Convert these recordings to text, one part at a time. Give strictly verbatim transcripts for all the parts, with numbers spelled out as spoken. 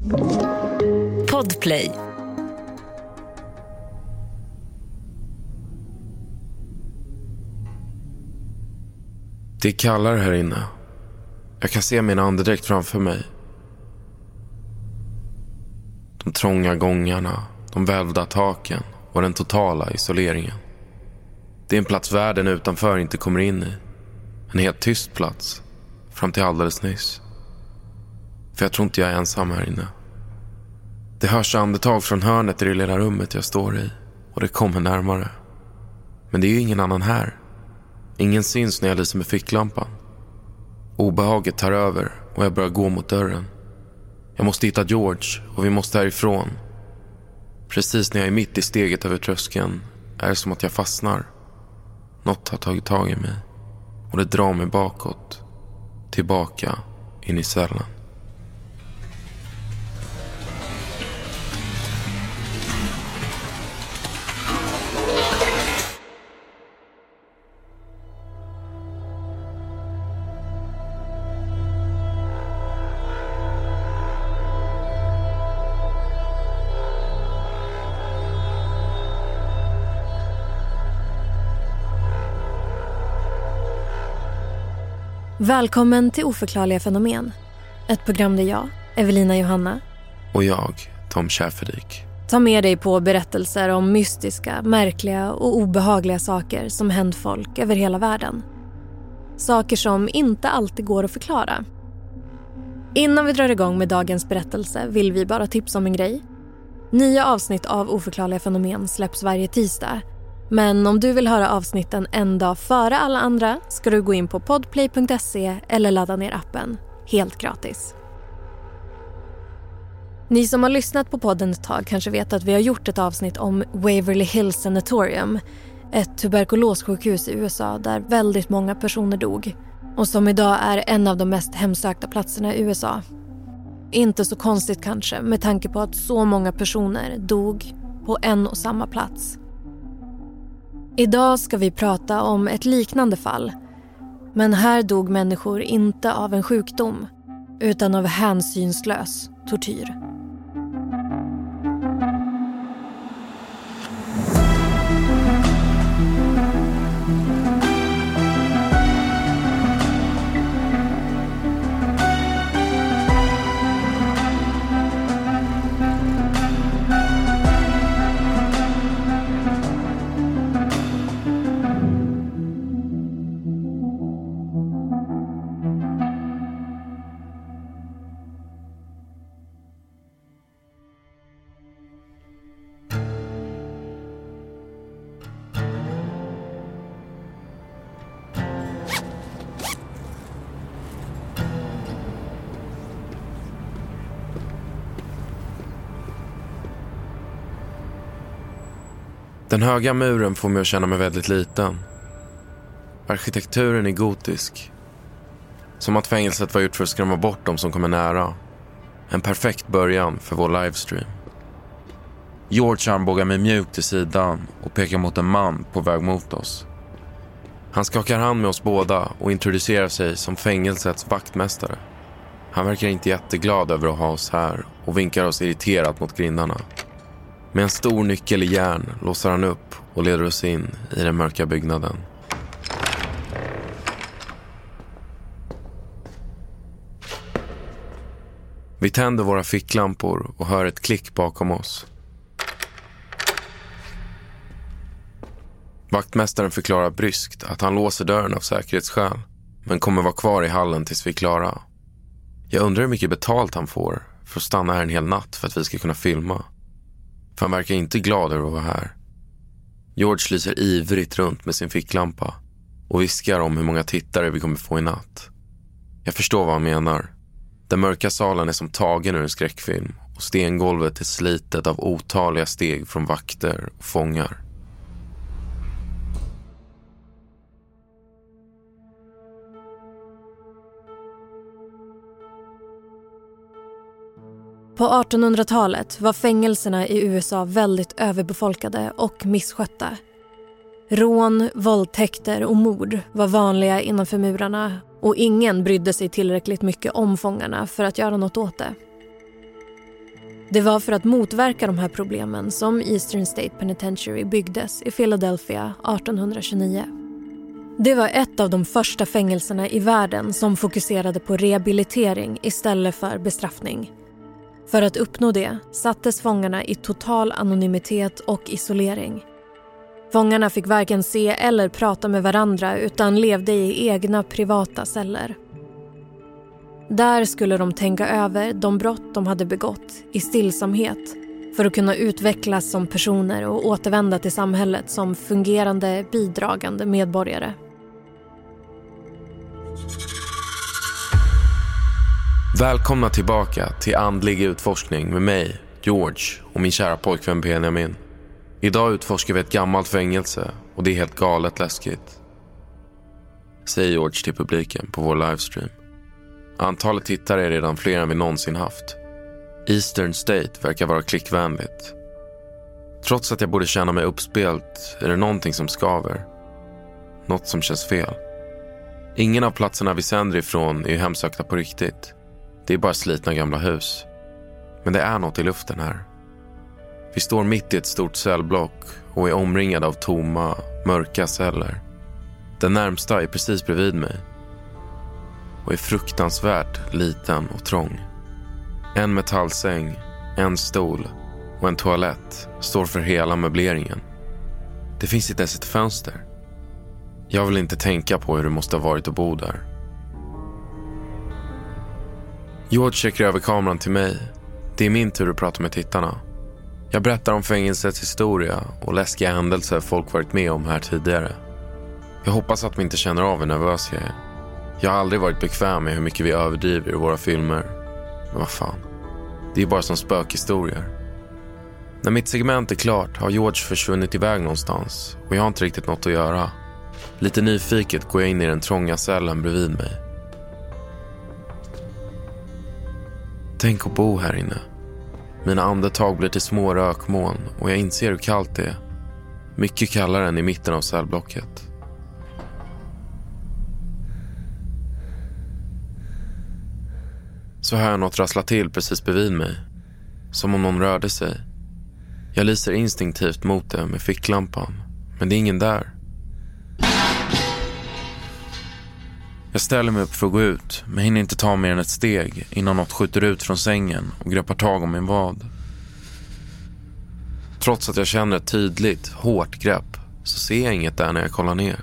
Podplay. Det är kallare här inne. Jag kan se min andedräkt framför mig. De trånga gångarna, de välvda taken och den totala isoleringen. Det är en plats världen utanför inte kommer in i. En helt tyst plats, fram till alldeles nyss. För jag tror inte jag är ensam här inne. Det hörs andetag från hörnet i det lilla rummet jag står i, och det kommer närmare. Men det är ju ingen annan här. Ingen syns när jag lyser med ficklampan. Obehaget tar över och jag börjar gå mot dörren. Jag måste hitta George och vi måste härifrån. Precis när jag är mitt i steget över tröskeln är det som att jag fastnar. Något har tagit tag i mig och det drar mig bakåt. Tillbaka in i cellen. Välkommen till Oförklarliga fenomen. Ett program där jag, Evelina Johanna och jag, Tom Schäferdik, tar med dig på berättelser om mystiska, märkliga och obehagliga saker som hänt folk över hela världen. Saker som inte alltid går att förklara. Innan vi drar igång med dagens berättelse vill vi bara tipsa om en grej. Nya avsnitt av Oförklarliga fenomen släpps varje tisdag. Men om du vill höra avsnitten en dag före alla andra ska du gå in på podplay punkt se eller ladda ner appen. Helt gratis. Ni som har lyssnat på podden ett tag kanske vet att vi har gjort ett avsnitt om Waverly Hills Sanatorium. Ett tuberkulossjukhus i U S A där väldigt många personer dog. Och som idag är en av de mest hemsökta platserna i U S A. Inte så konstigt kanske med tanke på att så många personer dog på en och samma plats. Idag ska vi prata om ett liknande fall. Men här dog människor inte av en sjukdom utan av hänsynslös tortyr. Den höga muren får mig att känna mig väldigt liten. Arkitekturen är gotisk. Som att fängelset var gjort för att skrämma bort dem som kommer nära. En perfekt början för vår livestream. George armbågar mig mjukt till sidan och pekar mot en man på väg mot oss. Han skakar hand med oss båda och introducerar sig som fängelsets vaktmästare. Han verkar inte jätteglad över att ha oss här och vinkar oss irriterat mot grindarna. Med en stor nyckel i järn låser han upp och leder oss in i den mörka byggnaden. Vi tänder våra ficklampor och hör ett klick bakom oss. Vaktmästaren förklarar bryskt att han låser dörren av säkerhetsskäl, men kommer vara kvar i hallen tills vi är klara. Jag undrar hur mycket betalt han får för att stanna här en hel natt för att vi ska kunna filma. För han verkar inte glad över att vara här. George lyser ivrigt runt med sin ficklampa och viskar om hur många tittare vi kommer få i natt. Jag förstår vad han menar. Den mörka salen är som tagen ur en skräckfilm och stengolvet är slitet av otaliga steg från vakter och fångar. På artonhundratalet var fängelserna i U S A väldigt överbefolkade och misskötta. Rån, våldtäkter och mord var vanliga innanför murarna och ingen brydde sig tillräckligt mycket om fångarna för att göra något åt det. Det var för att motverka de här problemen som Eastern State Penitentiary byggdes i Philadelphia arton tjugonio. Det var ett av de första fängelserna i världen som fokuserade på rehabilitering istället för bestraffning. För att uppnå det sattes fångarna i total anonymitet och isolering. Fångarna fick varken se eller prata med varandra utan levde i egna privata celler. Där skulle de tänka över de brott de hade begått i stillsamhet för att kunna utvecklas som personer och återvända till samhället som fungerande, bidragande medborgare. Välkomna tillbaka till andlig utforskning med mig, George, och min kära pojkvän Benjamin. Idag utforskar vi ett gammalt fängelse och det är helt galet läskigt. Säger George till publiken på vår livestream. Antalet tittare är redan fler än vi någonsin haft. Eastern State verkar vara klickvänligt. Trots att jag borde känna mig uppspelt är det någonting som skaver. Något som känns fel. Ingen av platserna vi sänder ifrån är ju hemsökta på riktigt. Det är bara slitna gamla hus. Men det är något i luften här. Vi står mitt i ett stort cellblock och är omringade av tomma, mörka celler. Den närmsta är precis bredvid mig. Och är fruktansvärt liten och trång. En metallsäng, en stol och en toalett står för hela möbleringen. Det finns inte ens ett fönster. Jag vill inte tänka på hur det måste ha varit att bo där. George checkar över kameran till mig. Det är min tur att prata med tittarna. Jag berättar om fängelsets historia och läskiga händelser folk varit med om här tidigare. Jag hoppas att vi inte känner av hur nervös jag är. Jag har aldrig varit bekväm med hur mycket vi överdriver i våra filmer. Men vad fan, det är bara som spökhistorier. När mitt segment är klart har George försvunnit iväg någonstans och jag har inte riktigt något att göra. Lite nyfiket går jag in i den trånga cellen bredvid mig. Tänk att bo här inne. Mina andetag blir till små rökmoln och jag inser hur kallt det är. Mycket kallare än i mitten av cellblocket. Så hör jag något rassla till precis bredvid mig. Som om någon rörde sig. Jag lyser instinktivt mot det med ficklampan. Men det är ingen där. Jag ställer mig upp för att gå ut, men hinner inte ta mer än ett steg innan något skjuter ut från sängen och greppar tag om min vad. Trots att jag känner ett tydligt, hårt grepp så ser jag inget där när jag kollar ner.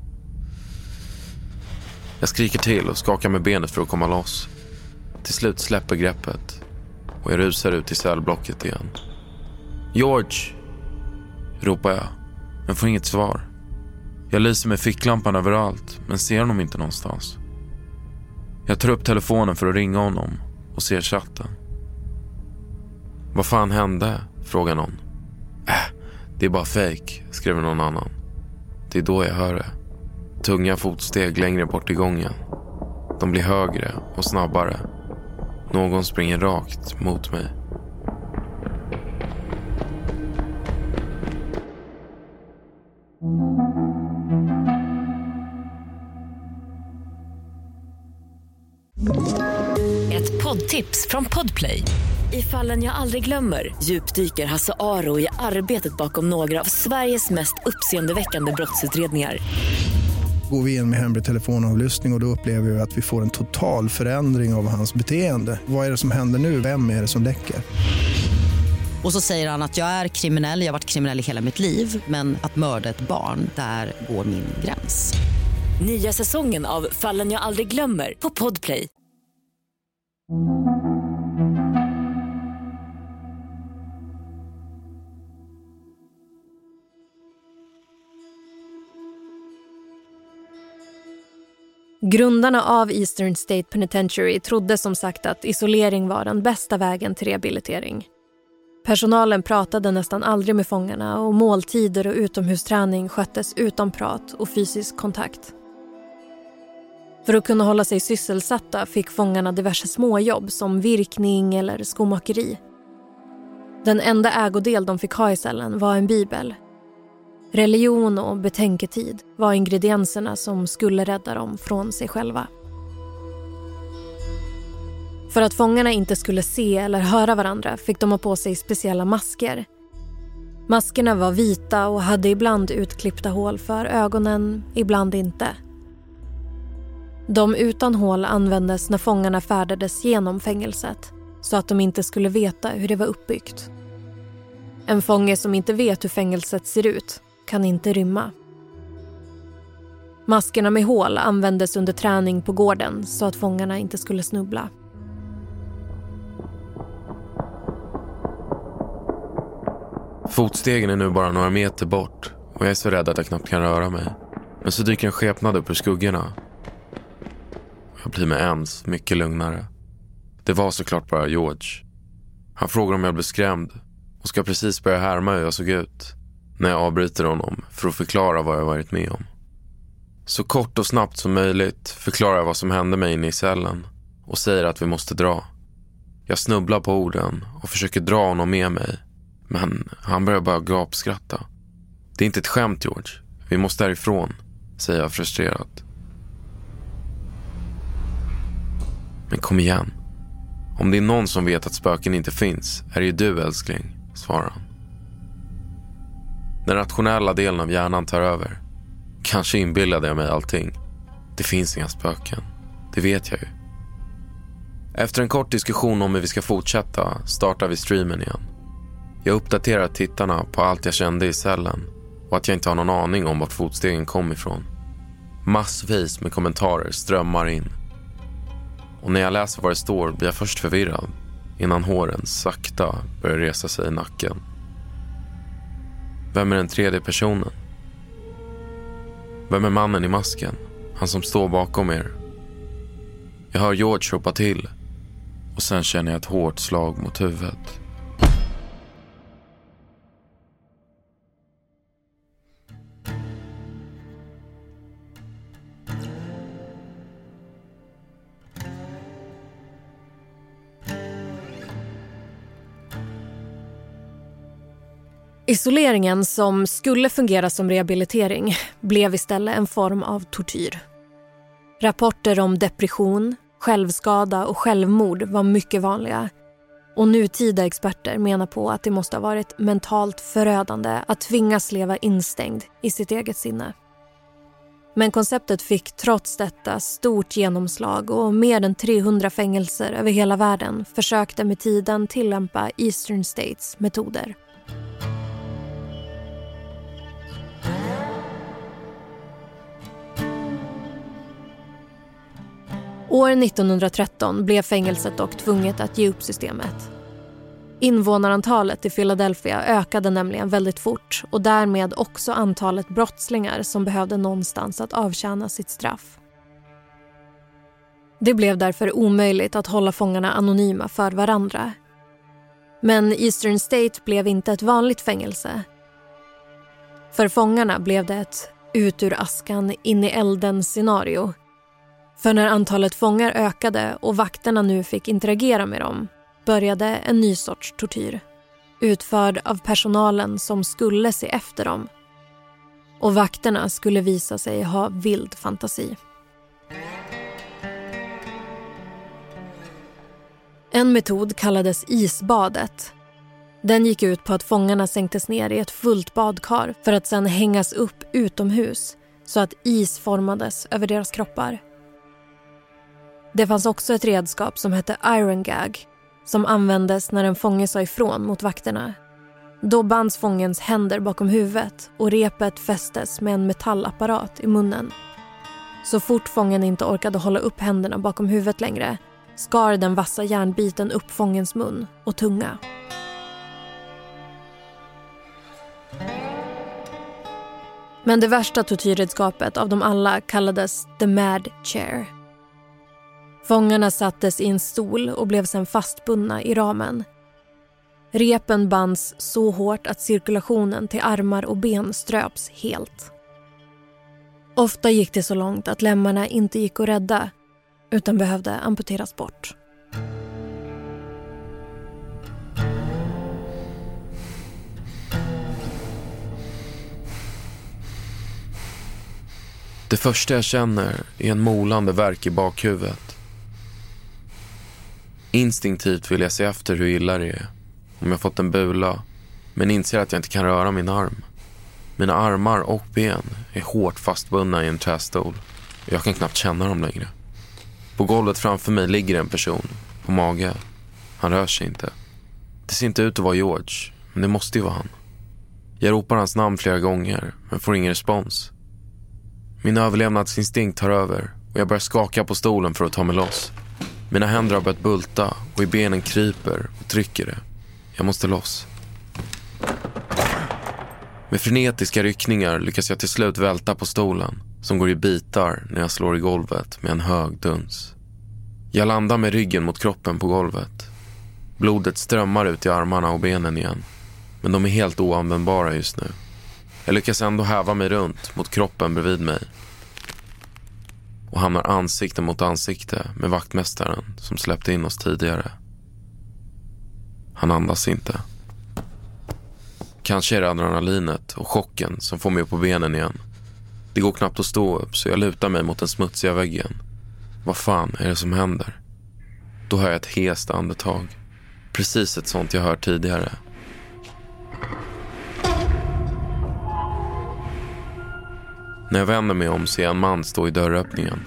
Jag skriker till och skakar med benet för att komma loss. Till slut släpper greppet och jag rusar ut i cellblocket igen. George! Ropar jag, men får inget svar. Jag lyser med ficklampan överallt, men ser honom inte någonstans. Jag tar upp telefonen för att ringa honom och ser chatten. Vad fan hände? Frågar någon. Äh, det är bara fake, skriver någon annan. Det är då jag hör det. Tunga fotsteg längre bort i gången. De blir högre och snabbare. Någon springer rakt mot mig. Ett poddtips från Podplay. I Fallen jag aldrig glömmer djupdyker Hasse Aro i arbetet bakom några av Sveriges mest uppseendeväckande brottsutredningar. Går vi in med hemlig telefonavlyssning och, och då upplever vi att vi får en total förändring av hans beteende. Vad är det som händer nu? Vem är det som läcker? Och så säger han att jag är kriminell, jag har varit kriminell i hela mitt liv. Men att mörda ett barn, där går min gräns. Nya säsongen av Fallen jag aldrig glömmer på Podplay. Grundarna av Eastern State Penitentiary trodde som sagt att isolering var den bästa vägen till rehabilitering. Personalen pratade nästan aldrig med fångarna och måltider och utomhusträning sköttes utan prat och fysisk kontakt. För att kunna hålla sig sysselsatta fick fångarna diverse småjobb som virkning eller skomakeri. Den enda ägodel de fick ha i cellen var en bibel. Religion och betänketid var ingredienserna som skulle rädda dem från sig själva. För att fångarna inte skulle se eller höra varandra fick de ha på sig speciella masker. Maskerna var vita och hade ibland utklippta hål för ögonen, ibland inte. De utan hål användes när fångarna färdades genom fängelset så att de inte skulle veta hur det var uppbyggt. En fånge som inte vet hur fängelset ser ut kan inte rymma. Maskerna med hål användes under träning på gården så att fångarna inte skulle snubbla. Fotstegen är nu bara några meter bort och jag är så rädd att jag knappt kan röra mig. Men så dyker en skepnad upp ur skuggorna. Jag blir med ens mycket lugnare. Det var såklart bara George. Han frågar om jag blev skrämd och ska precis börja härma hur jag såg ut när jag avbryter honom för att förklara vad jag varit med om. Så kort och snabbt som möjligt förklarar jag vad som hände mig inne i cellen och säger att vi måste dra. Jag snubblar på orden och försöker dra honom med mig, men han börjar bara gapskratta. Det är inte ett skämt, George. Vi måste härifrån, säger jag frustrerat. Men kom igen. Om det är någon som vet att spöken inte finns är det ju du, älskling, svarar han. Den rationella delen av hjärnan tar över. Kanske inbillade jag mig allting. Det finns inga spöken. Det vet jag ju. Efter en kort diskussion om hur vi ska fortsätta startar vi streamen igen. Jag uppdaterar tittarna på allt jag kände i cellen och att jag inte har någon aning om vart fotstegen kom ifrån. Massvis med kommentarer strömmar in. Och när jag läser vad det står blir jag först förvirrad innan håren sakta börjar resa sig i nacken. Vem är den tredje personen? Vem är mannen i masken? Han som står bakom er. Jag hör George ropa till och sen känner jag ett hårt slag mot huvudet. Isoleringen som skulle fungera som rehabilitering blev istället en form av tortyr. Rapporter om depression, självskada och självmord var mycket vanliga. Och nutida experter menar på att det måste ha varit mentalt förödande att tvingas leva instängd i sitt eget sinne. Men konceptet fick trots detta stort genomslag och mer än trehundra fängelser över hela världen försökte med tiden tillämpa Eastern States metoder. År nittonhundratretton blev fängelset dock tvunget att ge upp systemet. Invånarantalet i Philadelphia ökade nämligen väldigt fort och därmed också antalet brottslingar som behövde någonstans att avtjäna sitt straff. Det blev därför omöjligt att hålla fångarna anonyma för varandra. Men Eastern State blev inte ett vanligt fängelse. För fångarna blev det ett ut ur askan in i elden scenario. För när antalet fångar ökade och vakterna nu fick interagera med dem började en ny sorts tortyr, utförd av personalen som skulle se efter dem. Och vakterna skulle visa sig ha vild fantasi. En metod kallades isbadet. Den gick ut på att fångarna sänktes ner i ett fullt badkar för att sedan hängas upp utomhus så att is formades över deras kroppar. Det fanns också ett redskap som hette Iron Gag som användes när en fånge sa ifrån mot vakterna. Då bands fångens händer bakom huvudet och repet fästes med en metallapparat i munnen. Så fort fången inte orkade hålla upp händerna bakom huvudet längre skar den vassa järnbiten upp fångens mun och tunga. Men det värsta tortyrredskapet av dem alla kallades The Mad Chair. Fångarna sattes i en stol och blev sedan fastbundna i ramen. Repen bands så hårt att cirkulationen till armar och ben ströps helt. Ofta gick det så långt att lemmarna inte gick att rädda utan behövde amputeras bort. Det första jag känner är en molande värk i bakhuvudet. Instinktivt vill jag se efter hur illa det är. Om jag fått en bula, men inser att jag inte kan röra min arm. Mina armar och ben är hårt fastbundna i en trästol. Jag kan knappt känna dem längre. På golvet framför mig ligger en person på mage. Han rör sig inte. Det ser inte ut att vara George, men det måste ju vara han. Jag ropar hans namn flera gånger, men får ingen respons. Min överlevnadsinstinkt tar över och jag börjar skaka på stolen för att ta mig loss. Mina händer har börjat bulta och i benen kryper och trycker det. Jag måste loss. Med frenetiska ryckningar lyckas jag till slut välta på stolen, som går i bitar när jag slår i golvet med en hög duns. Jag landar med ryggen mot kroppen på golvet. Blodet strömmar ut i armarna och benen igen, men de är helt oanvändbara just nu. Jag lyckas ändå häva mig runt mot kroppen bredvid mig och hamnar ansikte mot ansikte med vaktmästaren som släppte in oss tidigare. Han andas inte. Kanske är det adrenalinet och chocken som får mig upp på benen igen. Det går knappt att stå upp, så jag lutar mig mot den smutsiga väggen. Vad fan är det som händer? Då hör jag ett hest andetag. Precis ett sånt jag hört tidigare. När jag vänder mig om ser jag en man stå i dörröppningen.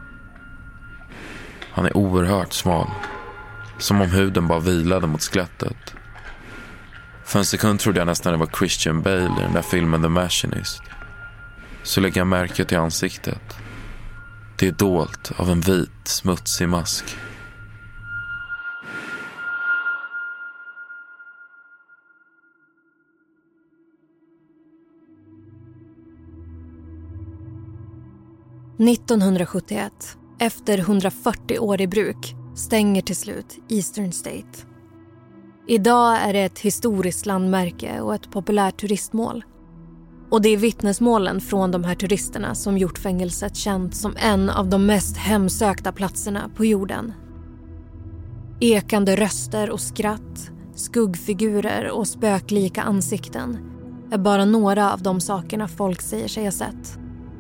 Han är oerhört smal. Som om huden bara vilade mot skelettet. För en sekund trodde jag nästan det var Christian Bale i den där filmen The Machinist. Så lägger jag märke till ansiktet. Det är dolt av en vit, smutsig mask. nittonhundrasjuttioett, efter hundrafyrtio år i bruk, stänger till slut Eastern State. Idag är det ett historiskt landmärke och ett populärt turistmål. Och det är vittnesmålen från de här turisterna som gjort fängelset känt som en av de mest hemsökta platserna på jorden. Ekande röster och skratt, skuggfigurer och spöklika ansikten är bara några av de sakerna folk säger sig ha sett.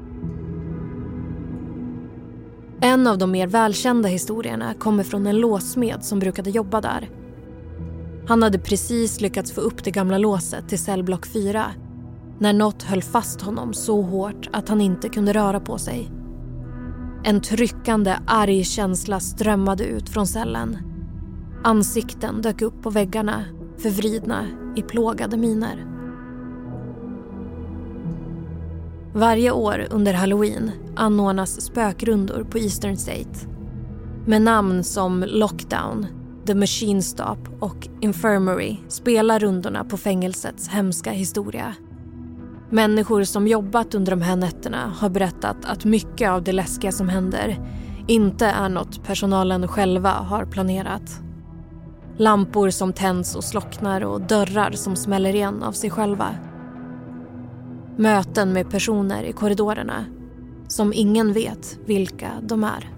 En av de mer välkända historierna kommer från en låsmed som brukade jobba där. Han hade precis lyckats få upp det gamla låset till cellblock fyra när något höll fast honom så hårt att han inte kunde röra på sig. En tryckande, arg känsla strömmade ut från cellen. Ansikten dök upp på väggarna, förvridna i plågade miner. Varje år under Halloween anordnas spökrundor på Eastern State. Med namn som Lockdown, The Machine Stop och Infirmary spelar rundorna på fängelsets hemska historia. Människor som jobbat under de här nätterna har berättat att mycket av det läskiga som händer inte är något personalen själva har planerat. Lampor som tänds och slocknar och dörrar som smäller igen av sig själva. Möten med personer i korridorerna som ingen vet vilka de är.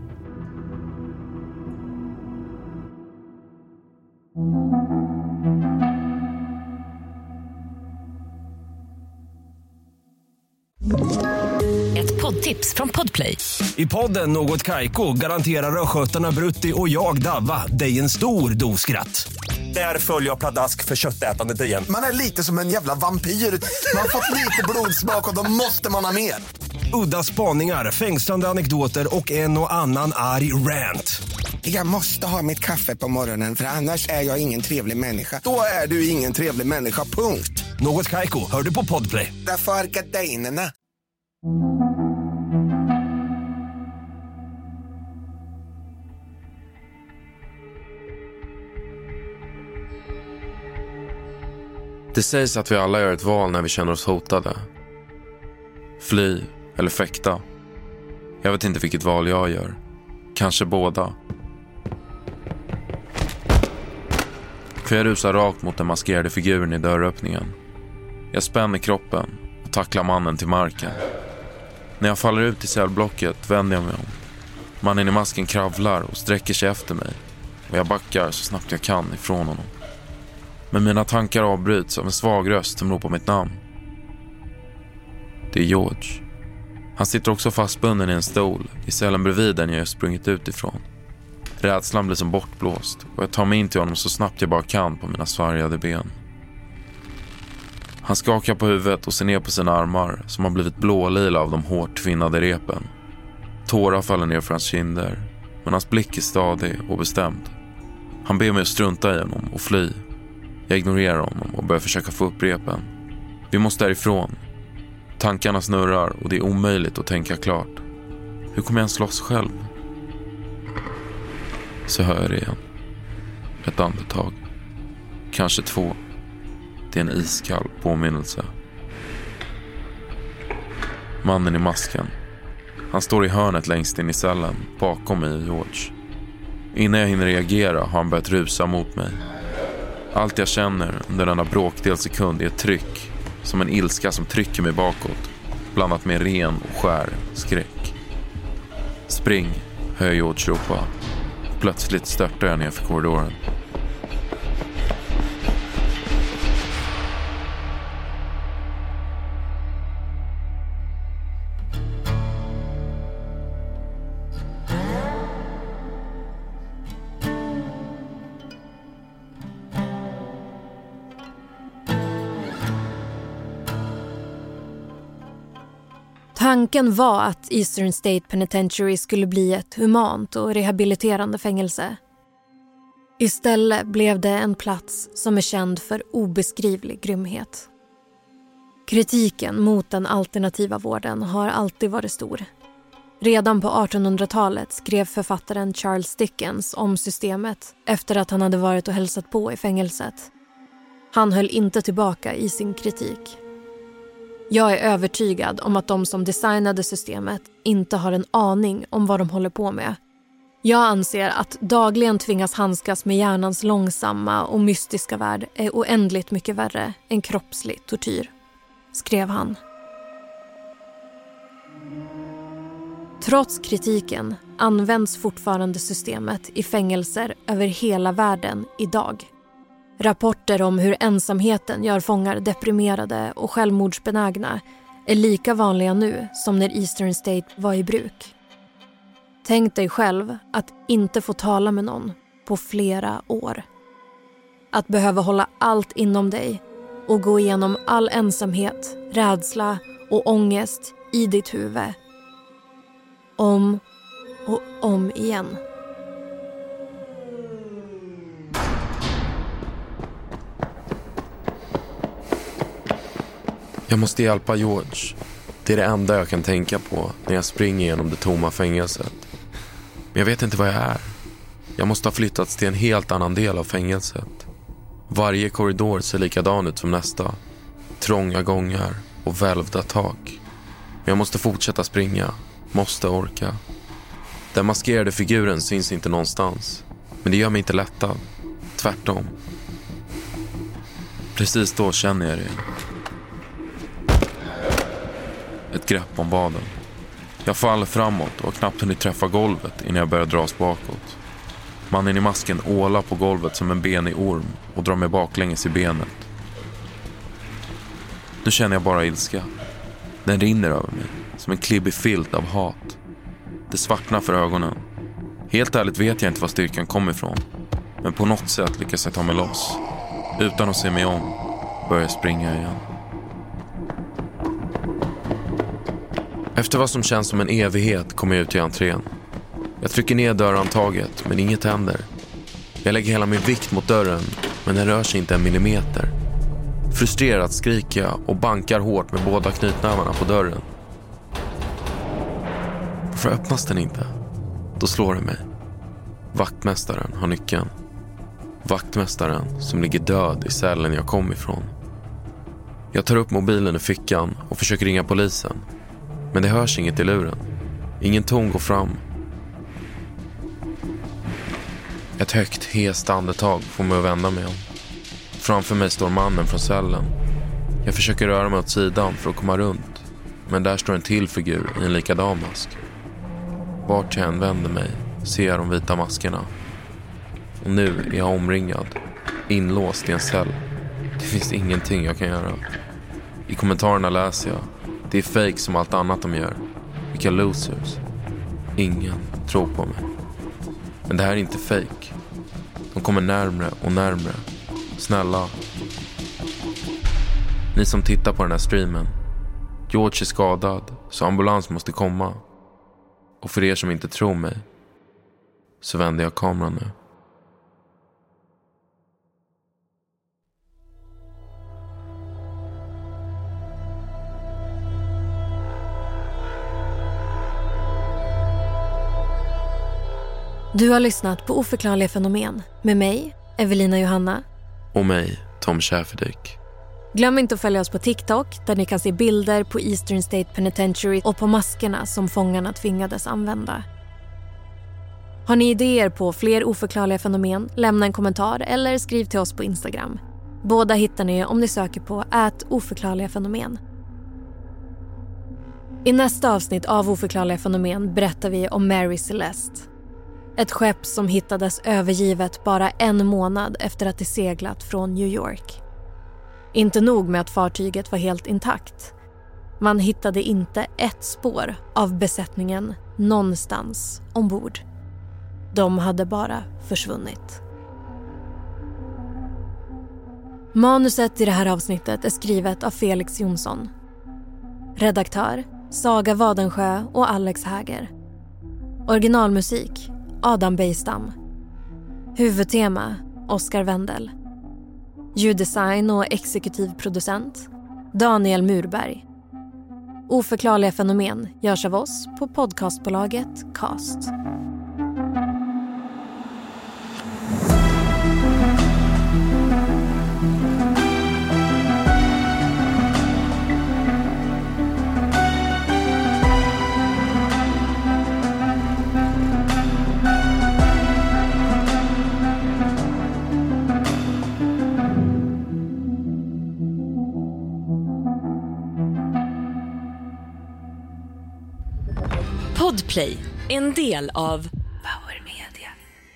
Ett poddtips från Podplay. I podden Något Kaiko garanterar röskötarna Brutti och jag Davva dig en stor dos skratt. Där följer jag pladask för köttätandet igen. Man är lite som en jävla vampyr. Man har fått lite blodsmak och då måste man ha mer. Udda spaningar, fängslande anekdoter och en och annan arg rant. Jag måste ha mitt kaffe på morgonen för annars är jag ingen trevlig människa. Då är du ingen trevlig människa, punkt. Något Kaiko, hör du på Podplay. Därför är gardinerna. Det sägs att vi alla gör ett val när vi känner oss hotade. Fly eller fäkta. Jag vet inte vilket val jag gör. Kanske båda. För jag rusar rakt mot den maskerade figuren i dörröppningen. Jag spänner kroppen och tacklar mannen till marken. När jag faller ut i cellblocket vänder jag mig om. Mannen i masken kravlar och sträcker sig efter mig. Och jag backar så snabbt jag kan ifrån honom. Men mina tankar avbryts av en svag röst som ropar mitt namn. Det är George. Han sitter också fastbunden i en stol i cellen bredvid den jag sprungit ut ifrån. Rädslan blir som bortblåst och jag tar mig in till honom så snabbt jag bara kan på mina sargade ben. Han skakar på huvudet och ser ner på sina armar som har blivit blålila av de hårt tvinnade repen. Tårar faller ner från hans kinder, men hans blick är stadig och bestämd. Han ber mig att strunta i honom och fly. Jag ignorerar honom och börjar försöka få upp repen. Vi måste därifrån. Tankarna snurrar och det är omöjligt att tänka klart. Hur kommer jag slåss själv? Så hör jag det igen. Ett andetag. Kanske två. Det är en iskall påminnelse. Mannen i masken. Han står i hörnet längst in i cellen, bakom mig och George. Innan jag hinner reagera har han börjat rusa mot mig. Allt jag känner under denna bråkdel sekund är ett tryck, som en ilska som trycker mig bakåt, blandat med ren och skär skräck. Spring, hör jag George ropa. Plötsligt störtar jag ner för korridoren. Tanken var att Eastern State Penitentiary skulle bli ett humant och rehabiliterande fängelse. Istället blev det en plats som är känd för obeskrivlig grymhet. Kritiken mot den alternativa vården har alltid varit stor. Redan på artonhundratalet skrev författaren Charles Dickens om systemet efter att han hade varit och hälsat på i fängelset. Han höll inte tillbaka i sin kritik. Jag är övertygad om att de som designade systemet inte har en aning om vad de håller på med. Jag anser att dagligen tvingas handskas med hjärnans långsamma och mystiska värld är oändligt mycket värre än kroppslig tortyr, skrev han. Trots kritiken används fortfarande systemet i fängelser över hela världen idag. Rapporter om hur ensamheten gör fångar deprimerade och självmordsbenägna är lika vanliga nu som när Eastern State var i bruk. Tänk dig själv att inte få tala med någon på flera år. Att behöva hålla allt inom dig och gå igenom all ensamhet, rädsla och ångest i ditt huvud. Om och om igen. Jag måste hjälpa George. Det är det enda jag kan tänka på när jag springer genom det tomma fängelset. Men jag vet inte vad jag är. Jag måste ha flyttats till en helt annan del av fängelset. Varje korridor ser likadan ut som nästa. Trånga gångar och välvda tak. Men jag måste fortsätta springa. Måste orka. Den maskerade figuren syns inte någonstans. Men det gör mig inte lättad. Tvärtom. Precis då känner jag det. Ett grepp om vaden. Jag faller framåt och har knappt hunnit träffa golvet innan jag börjar dras bakåt. Mannen i masken ålar på golvet som en benig orm och drar mig baklänges i benet. Nu känner jag bara ilska. Den rinner över mig som en klibbig filt av hat. Det svartnar för ögonen. Helt ärligt vet jag inte var styrkan kommer ifrån. Men på något sätt lyckas jag ta mig loss. Utan att se mig om börjar jag springa igen. Efter vad som känns som en evighet kommer jag ut i entrén. Jag trycker ner dörrhandtaget men inget händer. Jag lägger hela min vikt mot dörren men den rör sig inte en millimeter. Frustrerat skriker jag och bankar hårt med båda knytnävarna på dörren. Varför öppnas den inte? Då slår det mig. Vaktmästaren har nyckeln. Vaktmästaren som ligger död i cellen jag kom ifrån. Jag tar upp mobilen i fickan och försöker ringa polisen. Men det hörs inget i luren. Ingen ton går fram. Ett högt, hest andetag får mig att vända mig om. Framför mig står mannen från cellen. Jag försöker röra mig åt sidan för att komma runt. Men där står en till figur i en likadan mask. Vart jag än vänder mig ser jag de vita maskerna. Och nu är jag omringad. Inlåst i en cell. Det finns ingenting jag kan göra. I kommentarerna läser jag: det är fake som allt annat de gör. Vilka losers. Ingen tror på mig. Men det här är inte fake. De kommer närmre och närmre. Snälla. Ni som tittar på den här streamen. George är skadad, så ambulans måste komma. Och för er som inte tror mig, så vänder jag kameran nu. Du har lyssnat på Oförklarliga fenomen med mig, Evelina Johanna. Och mig, Tom Schäferdik. Glöm inte att följa oss på TikTok där ni kan se bilder på Eastern State Penitentiary och på maskerna som fångarna tvingades använda. Har ni idéer på fler oförklarliga fenomen, lämna en kommentar eller skriv till oss på Instagram. Båda hittar ni om ni söker på ät oförklarliga fenomen. I nästa avsnitt av Oförklarliga fenomen berättar vi om Mary Celeste. Ett skepp som hittades övergivet bara en månad efter att det seglat från New York. Inte nog med att fartyget var helt intakt. Man hittade inte ett spår av besättningen någonstans ombord. De hade bara försvunnit. Manuset i det här avsnittet är skrivet av Felix Jonsson. Redaktör Saga Wadensjö och Alex Häger. Originalmusik Adam Bejstam. Huvudtema Oscar Wendel. Ljuddesign och exekutiv producent Daniel Murberg. Oförklarliga fenomen görs av oss på podcastbolaget Cast. Podplay, en del av Power Media.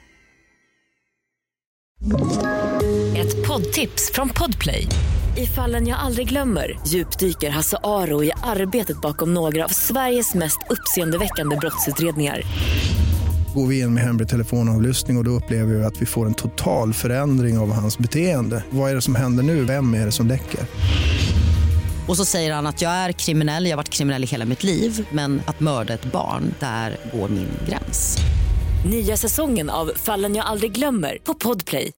Ett poddtips från Podplay. I Fallen jag aldrig glömmer djupdyker Hasse Aro i arbetet bakom några av Sveriges mest uppseendeväckande brottsutredningar. Går vi in med hemlig telefonavlyssning och då upplever vi att vi får en total förändring av hans beteende. Vad är det som händer nu? Vem är det som läcker? Och så säger han att jag är kriminell, jag har varit kriminell i hela mitt liv. Men att mörda ett barn, där går min gräns. Nya säsongen av Fallen jag aldrig glömmer på Podplay.